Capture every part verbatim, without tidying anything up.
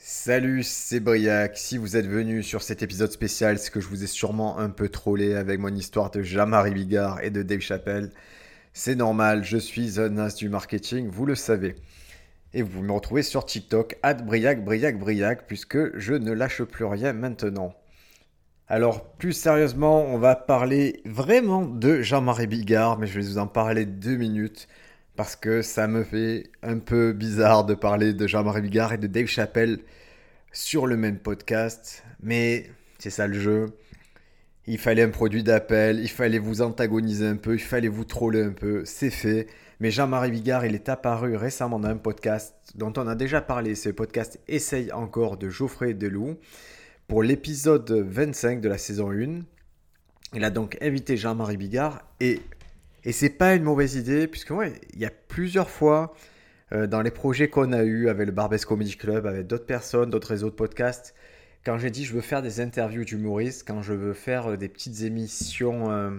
Salut, c'est Briac. Si vous êtes venu sur cet épisode spécial, c'est que je vous ai sûrement un peu trollé avec mon histoire de Jean-Marie Bigard et de Dave Chappelle. C'est normal, je suis un as du marketing, vous le savez. Et vous me retrouvez sur TikTok, at Briac, Briac, Briac, puisque je ne lâche plus rien maintenant. Alors, plus sérieusement, on va parler vraiment de Jean-Marie Bigard, mais je vais vous en parler deux minutes, parce que ça me fait un peu bizarre de parler de Jean-Marie Bigard et de Dave Chappelle sur le même podcast, mais c'est ça le jeu. Il fallait un produit d'appel, il fallait vous antagoniser un peu, il fallait vous troller un peu, c'est fait. Mais Jean-Marie Bigard, il est apparu récemment dans un podcast dont on a déjà parlé, ce podcast Essaye encore de Geoffrey Deloup, pour l'épisode vingt-cinq de la saison un. Il a donc invité Jean-Marie Bigard et, et c'est pas une mauvaise idée, puisque ouais, il y a plusieurs fois euh, dans les projets qu'on a eus avec le Barbès Comedy Club, avec d'autres personnes, d'autres réseaux de podcasts, quand j'ai dit je veux faire des interviews d'humoristes, quand je veux faire euh, des petites émissions euh,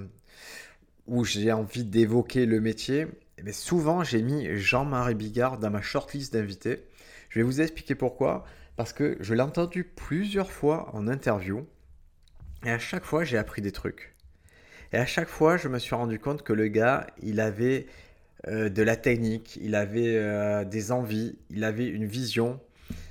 où j'ai envie d'évoquer le métier, eh bien, souvent j'ai mis Jean-Marie Bigard dans ma shortlist d'invités. Je vais vous expliquer pourquoi. Parce que je l'ai entendu plusieurs fois en interview et à chaque fois j'ai appris des trucs. Et à chaque fois je me suis rendu compte que le gars, il avait euh, de la technique, il avait euh, des envies, il avait une vision.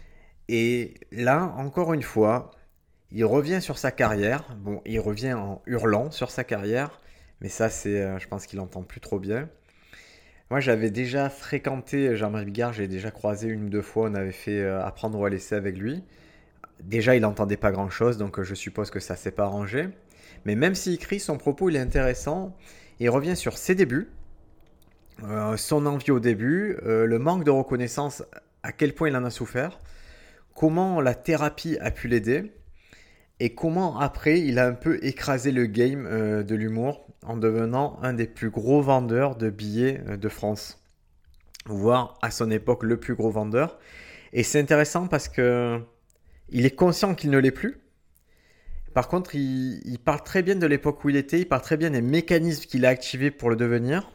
Et là, encore une fois, il revient sur sa carrière. Bon, il revient en hurlant sur sa carrière, mais ça, c'est, euh, je pense qu'il entend plus trop bien. Moi, j'avais déjà fréquenté Jean-Marie Bigard, j'ai déjà croisé une ou deux fois, on avait fait euh, apprendre ou à laisser avec lui. Déjà, il n'entendait pas grand-chose, donc euh, je suppose que ça s'est pas arrangé. Mais même s'il crie, son propos, il est intéressant. Il revient sur ses débuts, euh, son envie au début, euh, le manque de reconnaissance, à quel point il en a souffert, comment la thérapie a pu l'aider et comment après il a un peu écrasé le game euh, de l'humour en devenant un des plus gros vendeurs de billets euh, de France, voire à son époque le plus gros vendeur. Et c'est intéressant parce que il est conscient qu'il ne l'est plus. Par contre, il, il parle très bien de l'époque où il était, il parle très bien des mécanismes qu'il a activés pour le devenir.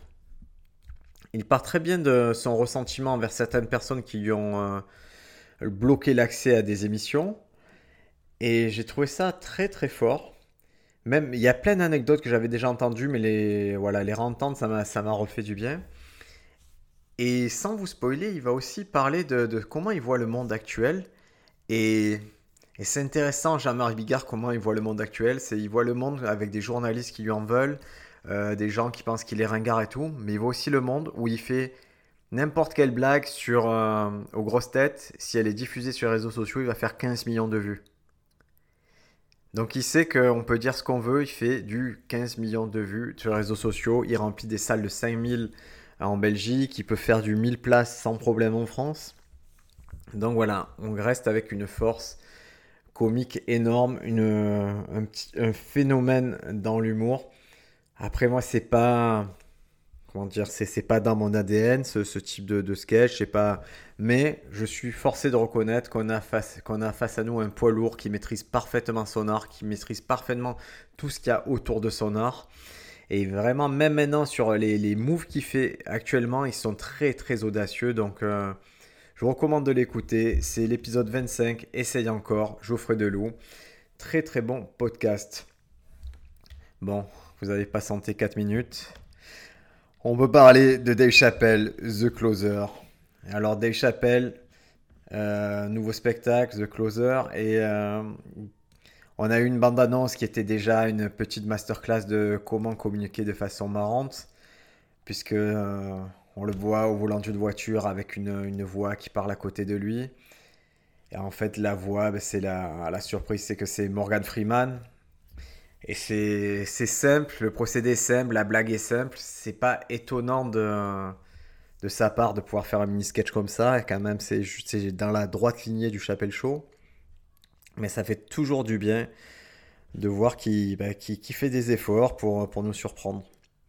Il parle très bien de son ressentiment envers certaines personnes qui lui ont euh, bloqué l'accès à des émissions. Et j'ai trouvé ça très très fort. Même, il y a plein d'anecdotes que j'avais déjà entendues, mais les, voilà, les réentendre, ça m'a, ça m'a refait du bien. Et sans vous spoiler, il va aussi parler de, de comment il voit le monde actuel. Et, et c'est intéressant, Jean-Marie Bigard, comment il voit le monde actuel. C'est, il voit le monde avec des journalistes qui lui en veulent, euh, des gens qui pensent qu'il est ringard et tout. Mais il voit aussi le monde où il fait n'importe quelle blague sur, euh, aux grosses têtes. Si elle est diffusée sur les réseaux sociaux, il va faire quinze millions de vues. Donc il sait qu'on peut dire ce qu'on veut, il fait du quinze millions de vues sur les réseaux sociaux, il remplit des salles de cinq mille en Belgique, il peut faire du mille places sans problème en France. Donc voilà, on reste avec une force comique énorme, une, un, petit, un phénomène dans l'humour. Après moi, c'est pas comment dire, c'est, c'est pas dans mon A D N ce, ce type de, de sketch, c'est pas. Mais je suis forcé de reconnaître qu'on a face, qu'on a face à nous un poids lourd qui maîtrise parfaitement son art, qui maîtrise parfaitement tout ce qu'il y a autour de son art. Et vraiment, même maintenant sur les, les moves qu'il fait actuellement, ils sont très très audacieux. Donc euh, je vous recommande de l'écouter. C'est l'épisode vingt-cinq. Essaye encore, Geoffrey Deloup. Très très bon podcast. Bon, vous avez patienté quatre minutes. On peut parler de Dave Chappelle, The Closer. Alors Dave Chappelle, euh, nouveau spectacle, The Closer, et euh, on a eu une bande-annonce qui était déjà une petite masterclass de comment communiquer de façon marrante, puisque euh, on le voit au volant d'une voiture avec une, une voix qui parle à côté de lui. Et en fait, la voix, ben, c'est la, la surprise, c'est que c'est Morgan Freeman. Et c'est, c'est simple, le procédé est simple, la blague est simple. C'est pas étonnant de, de sa part de pouvoir faire un mini sketch comme ça. Et quand même, c'est, c'est dans la droite lignée du Chappelle Show. Mais ça fait toujours du bien de voir qu'il, bah, qu'il, qu'il fait des efforts pour, pour nous surprendre.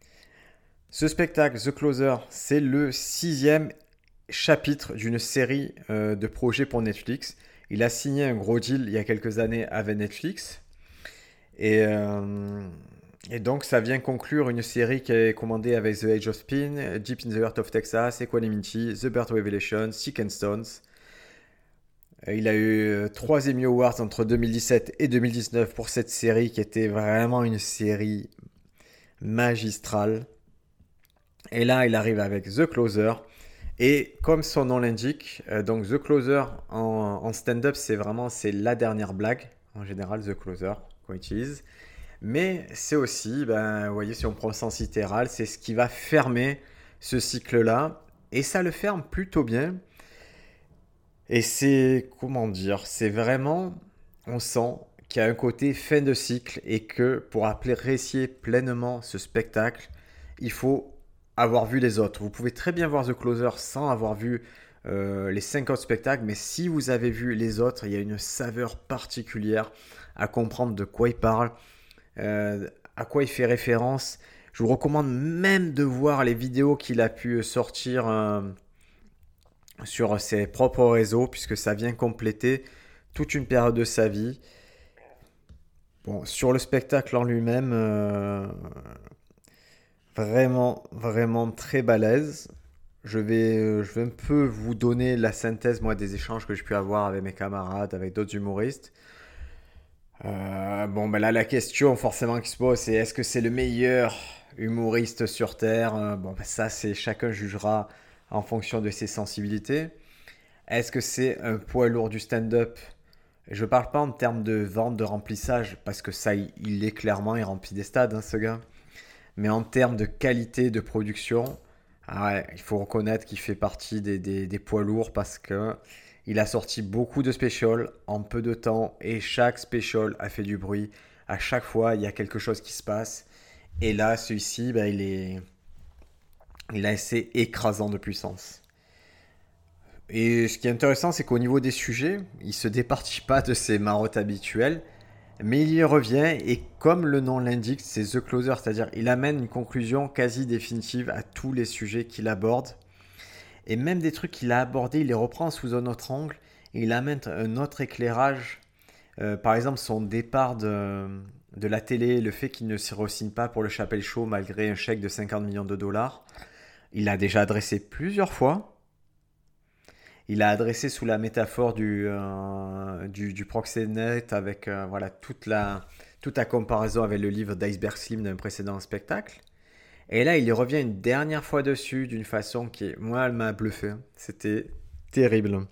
Ce spectacle, The Closer, c'est le sixième chapitre d'une série euh, de projets pour Netflix. Il a signé un gros deal il y a quelques années avec Netflix. Et, euh, et donc ça vient conclure une série qui est commandée avec The Age of Spin, Deep in the Heart of Texas, Equanimity, The Birth Revelation, Sick and Stones. Il a eu euh, trois Emmy Awards entre deux mille dix-sept et deux mille dix-neuf pour cette série qui était vraiment une série magistrale. Et là, il arrive avec The Closer. Et comme son nom l'indique, euh, donc The Closer en, en stand-up, c'est vraiment c'est la dernière blague. En général, The Closer qu'on utilise. Mais c'est aussi, ben, vous voyez, si on prend le sens littéral, c'est ce qui va fermer ce cycle-là. Et ça le ferme plutôt bien. Et c'est, comment dire, c'est vraiment, on sent qu'il y a un côté fin de cycle et que pour apprécier pleinement ce spectacle, il faut avoir vu les autres. Vous pouvez très bien voir The Closer sans avoir vu euh, les cinq autres spectacles, mais si vous avez vu les autres, il y a une saveur particulière à comprendre de quoi il parle, euh, à quoi il fait référence. Je vous recommande même de voir les vidéos qu'il a pu sortir euh, sur ses propres réseaux, puisque ça vient compléter toute une période de sa vie. Bon, sur le spectacle en lui-même, euh, vraiment, vraiment très balèze. Je vais, je vais un peu vous donner la synthèse, moi, des échanges que j'ai pu avoir avec mes camarades, avec d'autres humoristes. Euh, bon, ben là, la question forcément qui se pose, c'est est-ce que c'est le meilleur humoriste sur Terre? Euh, Bon, ben ça, c'est chacun jugera en fonction de ses sensibilités. Est-ce que c'est un poids lourd du stand-up? Je ne parle pas en termes de vente, de remplissage, parce que ça, il il est clairement, il remplit des stades, hein, ce gars. Mais en termes de qualité de production, ah ouais, il faut reconnaître qu'il fait partie des, des- des poids lourds parce que il a sorti beaucoup de specials en peu de temps et chaque special a fait du bruit. À chaque fois, il y a quelque chose qui se passe. Et là, celui-ci, bah, il est, il a assez écrasant de puissance. Et ce qui est intéressant, c'est qu'au niveau des sujets, il se départit pas de ses marottes habituelles, mais il y revient et comme le nom l'indique, c'est The Closer, c'est-à-dire il amène une conclusion quasi définitive à tous les sujets qu'il aborde. Et même des trucs qu'il a abordés, il les reprend sous un autre angle et il amène un autre éclairage. Euh, par exemple, son départ de, de la télé, le fait qu'il ne se re-signe pas pour le Chappelle Show malgré un chèque de cinquante millions de dollars, il l'a déjà adressé plusieurs fois. Il a adressé sous la métaphore du, euh, du, du proxénète avec euh, voilà, toute, la, toute la comparaison avec le livre d'Iceberg Slim d'un précédent spectacle. Et là, il y revient une dernière fois dessus d'une façon qui, moi, elle m'a bluffé. C'était terrible.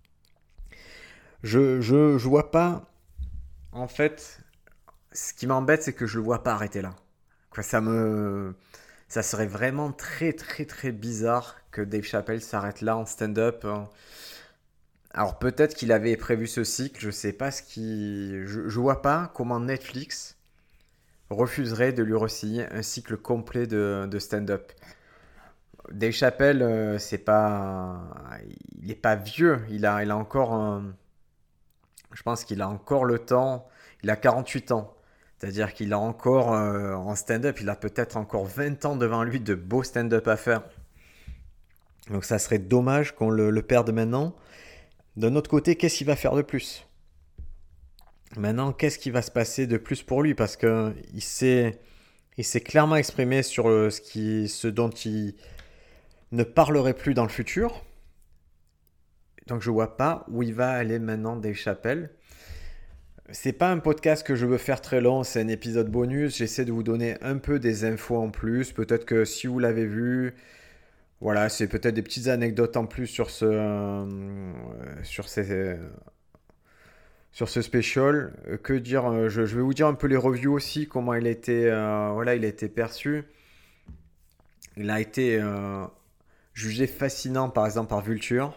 Je, je, je vois pas. En fait, ce qui m'embête, c'est que je le vois pas arrêter là. Quoi, ça me. Ça serait vraiment très, très, très bizarre que Dave Chappelle s'arrête là en stand-up, hein. Alors peut-être qu'il avait prévu ce cycle, je sais pas ce qui. Je, je vois pas comment Netflix refuserait de lui re-signer un cycle complet de, de stand-up. Dave Chappelle, euh, c'est pas. Il est pas vieux, il a, il a encore. un- Je pense qu'il a encore le temps. Il a quarante-huit ans. C'est-à-dire qu'il a encore euh, en stand-up, il a peut-être encore vingt ans devant lui de beau stand-up à faire. Donc ça serait dommage qu'on le, le perde maintenant. D'un autre côté, qu'est-ce qu'il va faire de plus? Maintenant, qu'est-ce qui va se passer de plus pour lui? Parce que il s'est, il s'est clairement exprimé sur euh, ce, qui, ce dont il ne parlerait plus dans le futur. Donc je vois pas où il va aller maintenant Dave Chappelle. C'est pas un podcast que je veux faire très long, c'est un épisode bonus. J'essaie de vous donner un peu des infos en plus. Peut-être que si vous l'avez vu, voilà, c'est peut-être des petites anecdotes en plus sur ce, euh, sur ces, sur ce special. Euh, Que dire euh, je, je vais vous dire un peu les reviews aussi, comment il a été, euh, voilà, il a été perçu. Il a été euh, jugé fascinant, par exemple, par Vulture.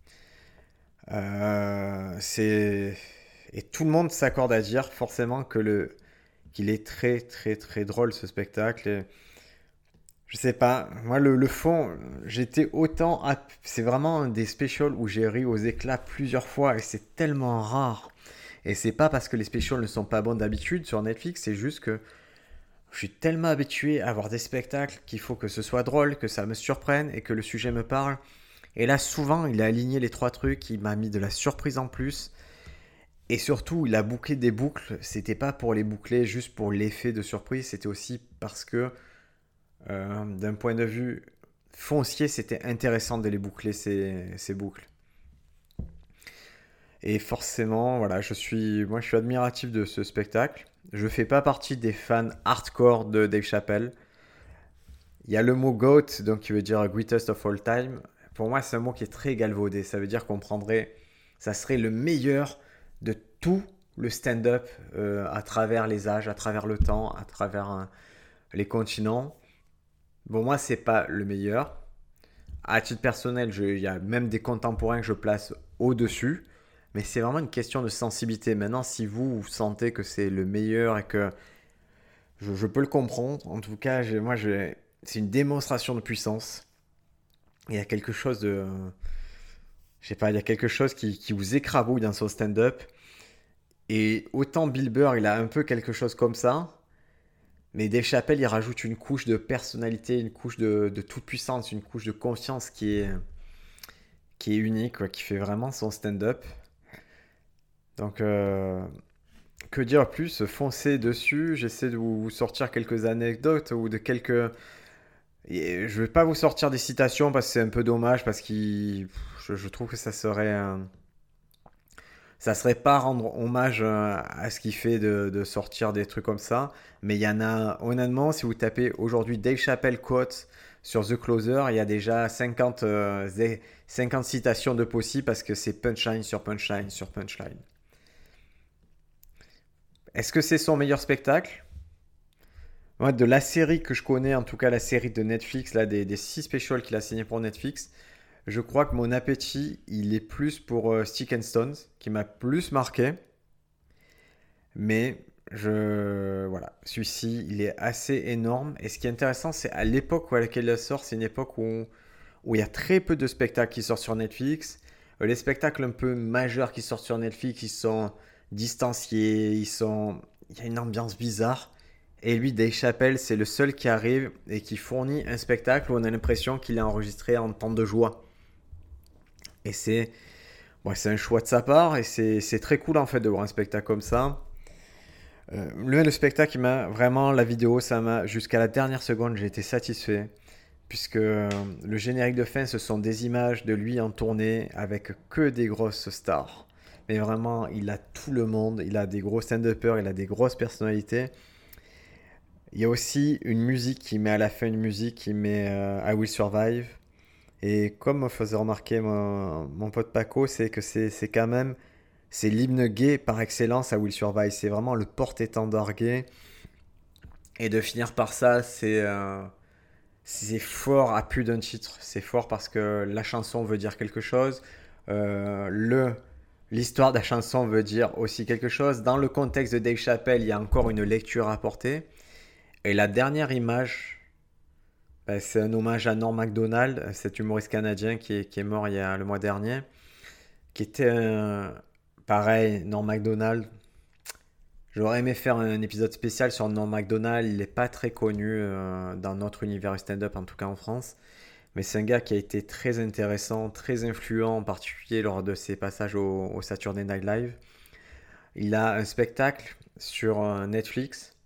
Euh, c'est et tout le monde s'accorde à dire forcément que le qu'il est très très très drôle ce spectacle. Et je sais pas, moi le, le fond, j'étais autant, à- c'est vraiment un des specials où j'ai ri aux éclats plusieurs fois et c'est tellement rare. Et c'est pas parce que les specials ne sont pas bons d'habitude sur Netflix, c'est juste que je suis tellement habitué à voir des spectacles qu'il faut que ce soit drôle, que ça me surprenne et que le sujet me parle. Et là, souvent, il a aligné les trois trucs, il m'a mis de la surprise en plus. Et surtout, il a bouclé des boucles. C'était pas pour les boucler juste pour l'effet de surprise, c'était aussi parce que, euh, d'un point de vue foncier, c'était intéressant de les boucler, ces, ces boucles. Et forcément, voilà, je suis, moi, je suis admiratif de ce spectacle. Je fais pas partie des fans hardcore de Dave Chappelle. Il y a le mot GOAT, donc qui veut dire Greatest of All Time. Pour moi, c'est un mot qui est très galvaudé. Ça veut dire qu'on prendrait, ça serait le meilleur de tout le stand-up euh, à travers les âges, à travers le temps, à travers euh, les continents. Bon, moi, c'est pas le meilleur. À titre personnel, je- il y a même des contemporains que je place au-dessus. Mais c'est vraiment une question de sensibilité. Maintenant, si vous, vous sentez que c'est le meilleur et que je, je peux le comprendre, en tout cas, j'ai- moi, j'ai- c'est une démonstration de puissance. Il y a quelque chose de, je sais pas, il y a quelque chose qui, qui vous écrabouille dans son stand-up. Et autant Bill Burr, il a un peu quelque chose comme ça, mais Dave Chappelle, il rajoute une couche de personnalité, une couche de, de toute puissance, une couche de confiance qui est, qui est unique, quoi, qui fait vraiment son stand-up. Donc, euh, que dire plus? Foncez dessus. J'essaie de vous sortir quelques anecdotes ou de quelques. Et je vais pas vous sortir des citations parce que c'est un peu dommage parce que je, je trouve que ça serait. euh, Ça serait pas rendre hommage euh, à ce qu'il fait de, de sortir des trucs comme ça. Mais il y en a, honnêtement, si vous tapez aujourd'hui Dave Chappelle quote sur The Closer, il y a déjà cinquante, euh, zé- cinquante citations de possible parce que c'est punchline sur punchline sur punchline. Est-ce que c'est son meilleur spectacle? Moi, de la série que je connais, en tout cas la série de Netflix, là, des, des six specials qu'il a signé pour Netflix, je crois que mon appétit, il est plus pour euh, Stick and Stones, qui m'a plus marqué. Mais je voilà, celui-ci, il est assez énorme. Et ce qui est intéressant, c'est à l'époque où à laquelle il sort, c'est une époque où, où il y a très peu de spectacles qui sortent sur Netflix. Euh, Les spectacles un peu majeurs qui sortent sur Netflix, ils sont distanciés, ils sont, il y a une ambiance bizarre. Et lui, Dave Chappelle, c'est le seul qui arrive et qui fournit un spectacle où on a l'impression qu'il est enregistré en temps de joie. Et c'est, ouais, c'est un choix de sa part et c'est c'est très cool en fait de voir un spectacle comme ça. Euh, le, le spectacle, il m'a vraiment, la vidéo, ça m'a, jusqu'à la dernière seconde, j'ai été satisfait. Puisque euh, le générique de fin, ce sont des images de lui en tournée avec que des grosses stars. Mais vraiment, il a tout le monde, il a des gros stand-uppers, il a des grosses personnalités. Il y a aussi une musique qui met à la fin, une musique qui met euh, I Will Survive. Et comme me faisait remarquer mon, mon pote Paco, c'est que c'est c'est quand même, c'est l'hymne gay par excellence à Will Survive. C'est vraiment le porte-étendard gay. Et de finir par ça, c'est euh, c'est fort à plus d'un titre. C'est fort parce que la chanson veut dire quelque chose. Euh, le L'histoire de la chanson veut dire aussi quelque chose. Dans le contexte de Dave Chappelle, il y a encore une lecture à apporter. Et la dernière image, ben, c'est un hommage à Norm Macdonald, cet humoriste canadien qui est, qui est mort il y a le mois dernier, qui était un, pareil, Norm Macdonald. J'aurais aimé faire un épisode spécial sur Norm Macdonald. Il n'est pas très connu euh, dans notre univers stand-up, en tout cas en France. Mais c'est un gars qui a été très intéressant, très influent, en particulier lors de ses passages au, au Saturday Night Live. Il a un spectacle sur euh, Netflix.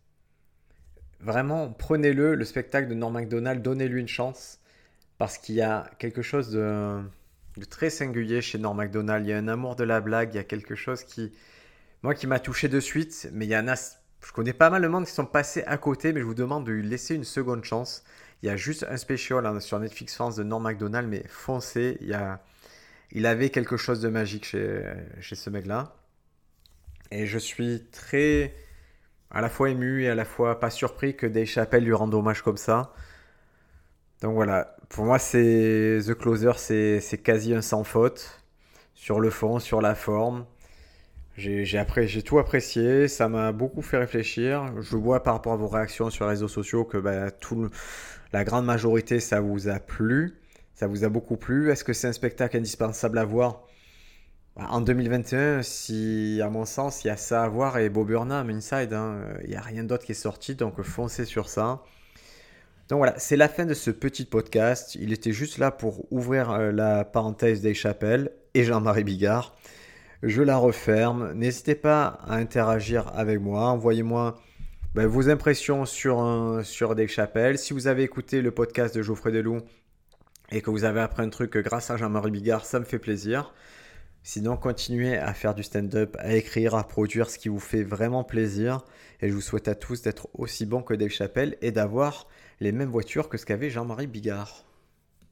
Vraiment, prenez-le, le spectacle de Norm Macdonald, donnez-lui une chance. Parce qu'il y a quelque chose de, de très singulier chez Norm Macdonald. Il y a un amour de la blague, il y a quelque chose qui, moi, qui m'a touché de suite. Mais il y en a, je connais pas mal de monde qui sont passés à côté, mais je vous demande de lui laisser une seconde chance. Il y a juste un special hein, sur Netflix France de Norm Macdonald, mais foncez. Il, y a, il avait quelque chose de magique chez, chez ce mec-là. Et je suis très, à la fois ému et à la fois pas surpris que Dave Chappelle lui rende hommage comme ça. Donc voilà, pour moi, c'est The Closer, c'est c'est quasi un sans faute. Sur le fond, sur la forme. J'ai j'ai appré- j'ai tout apprécié, ça m'a beaucoup fait réfléchir. Je vois par rapport à vos réactions sur les réseaux sociaux que bah, tout le- la grande majorité, ça vous a plu. Ça vous a beaucoup plu. Est-ce que c'est un spectacle indispensable à voir? Bah, en deux mille vingt et un, si, à mon sens, il y a ça à voir et Bob Burnham Inside, hein, il n'y a rien d'autre qui est sorti, donc foncez sur ça. Donc voilà, c'est la fin de ce petit podcast. Il était juste là pour ouvrir euh, la parenthèse Dave Chappelle et Jean-Marie Bigard. Je la referme. N'hésitez pas à interagir avec moi. Envoyez-moi ben, vos impressions sur, un- sur Dave Chappelle. Si vous avez écouté le podcast de Geoffrey Deloup et que vous avez appris un truc grâce à Jean-Marie Bigard, ça me fait plaisir. Sinon, continuez à faire du stand-up, à écrire, à produire ce qui vous fait vraiment plaisir. Et je vous souhaite à tous d'être aussi bons que Dave Chappelle et d'avoir les mêmes voitures que ce qu'avait Jean-Marie Bigard.